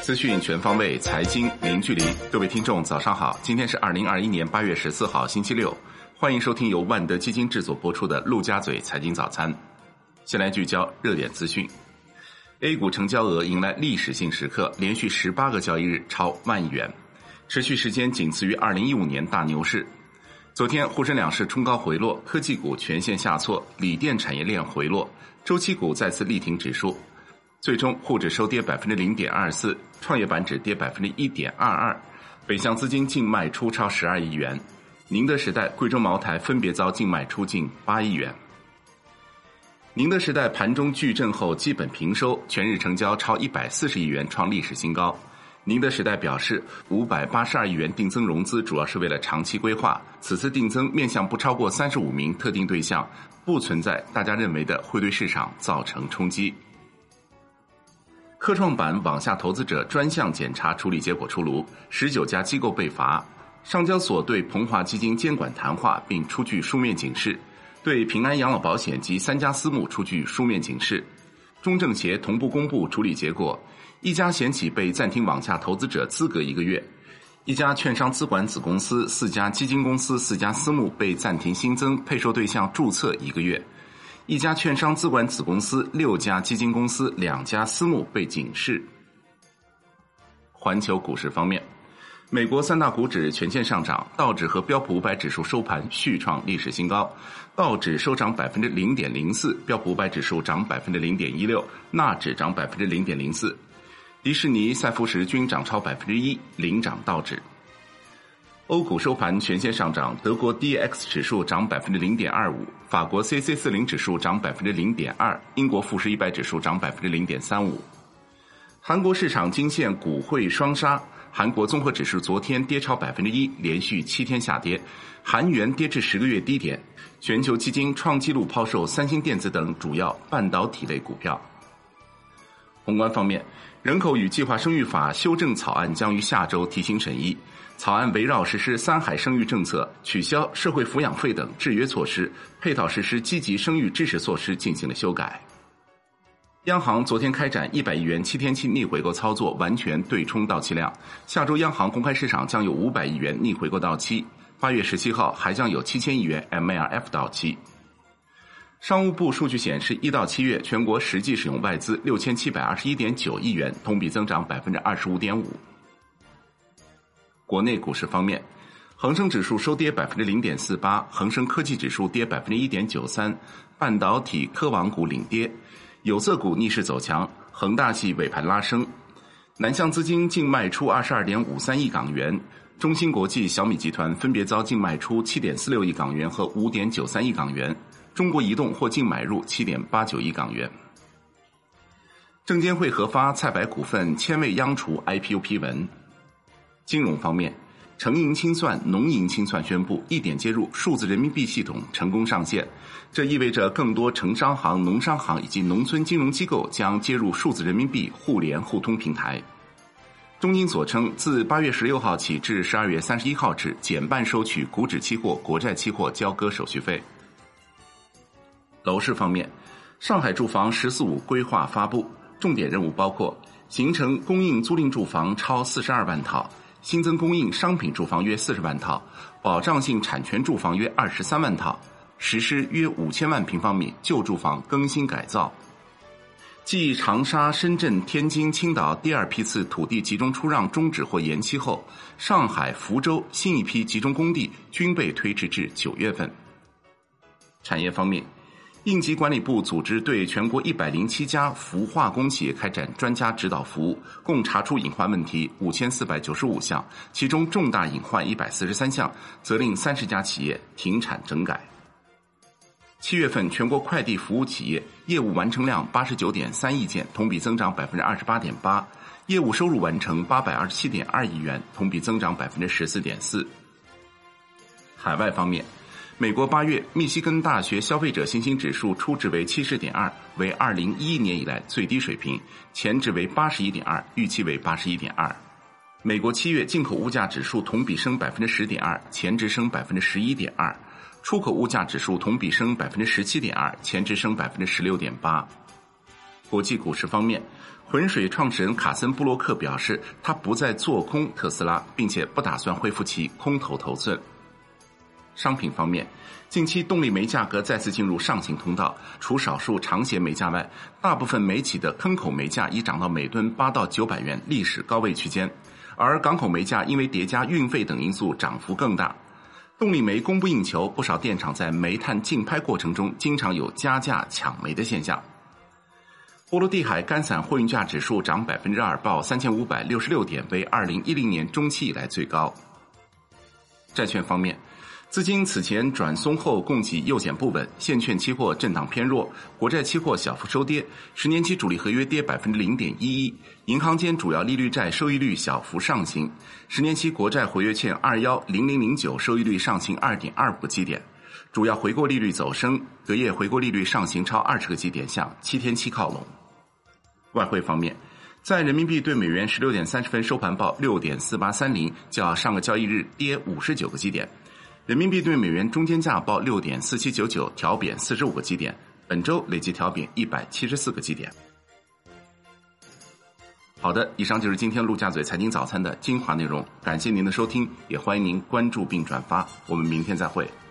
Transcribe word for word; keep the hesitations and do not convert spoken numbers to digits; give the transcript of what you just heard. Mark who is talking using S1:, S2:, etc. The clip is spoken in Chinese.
S1: 资讯全方位，财经零距离。各位听众早上好，今天是二零二一年八月十四号星期六，欢迎收听由万德基金制作播出的陆家嘴财经早餐。先来聚焦热点资讯。 A 股成交额迎来历史性时刻，连续十八个交易日超万亿元，持续时间仅次于二零一五年大牛市。昨天沪深两市冲高回落，科技股全线下挫，锂电产业链回落，周期股再次力挺指数。最终沪指收跌 百分之零点二四， 创业板指跌 百分之一点二二， 北向资金净卖出超十二亿元，宁德时代、贵州茅台分别遭净卖出近八亿元。宁德时代盘中巨震后基本平收，全日成交超一百四十亿元，创历史新高。宁德时代表示，五百八十二亿元定增融资主要是为了长期规划，此次定增面向不超过三十五名特定对象，不存在大家认为的会对市场造成冲击。科创板网下投资者专项检查处理结果出炉，十九家机构被罚。上交所对鹏华基金监管谈话并出具书面警示，对平安养老保险及三家私募出具书面警示。中证协同步公布处理结果，一家险企被暂停网下投资者资格一个月，一家券商资管子公司、四家基金公司、四家私募被暂停新增配售对象注册一个月，一家券商资管子公司、六家基金公司、两家私募被警示。环球股市方面，美国三大股指全线上涨，道指和标普五百指数收盘续创历史新高，道指收涨 百分之零点零四， 标普五百指数涨 百分之零点一六， 纳指涨 百分之零点零四， 迪士尼、赛富时均涨超 百分之一， 领涨道指。欧股收盘全线上涨，德国 D A X 指数涨 百分之零点二五， 法国 C C 四十 指数涨 百分之零点二， 英国富时一百指数涨 百分之零点三五。 韩国市场惊现股汇双杀，韩国综合指数昨天跌超 百分之一， 连续七天下跌，韩元跌至十个月低点，全球基金创纪录抛售三星电子等主要半导体类股票。宏观方面，人口与计划生育法修正草案将于下周提行审议，草案围绕实施三孩生育政策、取消社会抚养费等制约措施，配套实施积极生育支持措施进行了修改。央行昨天开展一百亿元七天期逆回购操作，完全对冲到期量。下周央行公开市场将有五百亿元逆回购到期，八月十七号还将有七千亿元 M L F 到期。商务部数据显示，一到七月全国实际使用外资六千七百二十一点九亿元，同比增长 百分之二十五点五。国内股市方面，恒生指数收跌 百分之零点四八， 恒生科技指数跌 百分之一点九三， 半导体科网股领跌，有色股逆势走强，恒大系尾盘拉升。南向资金净卖出 二十二点五三亿港元，中芯国际、小米集团分别遭净卖出 七点四六亿港元和 五点九三亿港元，中国移动或净买入 七点八九亿港元。证监会核发菜百股份千位央储 I P O 批文。金融方面，城银清算、农银清算宣布一点接入数字人民币系统成功上线，这意味着更多城商行、农商行以及农村金融机构将接入数字人民币互联互通平台。中金所称，自八月十六号起至十二月三十一号止，减半收取股指期货、国债期货交割手续费。楼市方面，上海住房“十四五”规划发布，重点任务包括形成供应租赁住房超四十二万套，新增供应商品住房约四十万套，保障性产权住房约二十三万套，实施约五千万平方米旧住房更新改造。继长沙、深圳、天津、青岛第二批次土地集中出让终止或延期后，上海、福州新一批集中供地均被推迟至九月份。产业方面，应急管理部组织对全国一百零七家氟化工企业开展专家指导服务，共查出隐患问题五千四百九十五项，其中重大隐患一百四十三项，责令三十家企业停产整改。七月份全国快递服务企业业务完成量 八十九点三亿件，同比增长 百分之二十八点八， 业务收入完成 八百二十七点二亿元，同比增长 百分之十四点四。海外方面，美国八月密西根大学消费者信心指数初值为 七十点二， 为二零一一年以来最低水平，前值为 八十一点二， 预期为 八十一点二。美国七月进口物价指数同比升 百分之十点二， 前值升 百分之十一点二，出口物价指数同比升 百分之十七点二， 前值升 百分之十六点八。 国际股市方面，浑水创始人卡森布洛克表示，他不再做空特斯拉，并且不打算恢复其空头头寸。商品方面，近期动力煤价格再次进入上行通道，除少数长协煤价外，大部分煤企的坑口煤价已涨到每吨八到九百元历史高位区间，而港口煤价因为叠加运费等因素涨幅更大。动力煤供不应求，不少电厂在煤炭竞拍过程中经常有加价抢煤的现象。波罗的海干散货运价指数涨 百分之二， 报三千五百六十六点，为二零一零年中期以来最高。债券方面，资金此前转松后供给又显不稳，现券期货震荡偏弱，国债期货小幅收跌，十年期主力合约跌 百分之零点一一， 银行间主要利率债收益率小幅上行，十年期国债活跃券二一零零零九收益率上行 二点二五 个基点，主要回购利率走升，隔夜回购利率上行超二十个基点，向七天期靠拢。外汇方面，在人民币对美元十六点三十分收盘报 六点四八三零， 较上个交易日跌五十九个基点。人民币对美元中间价报 六点四七九九， 调贬四十五个基点，本周累计调贬一百七十四个基点。好的，以上就是今天陆家嘴财经早餐的精华内容，感谢您的收听，也欢迎您关注并转发，我们明天再会。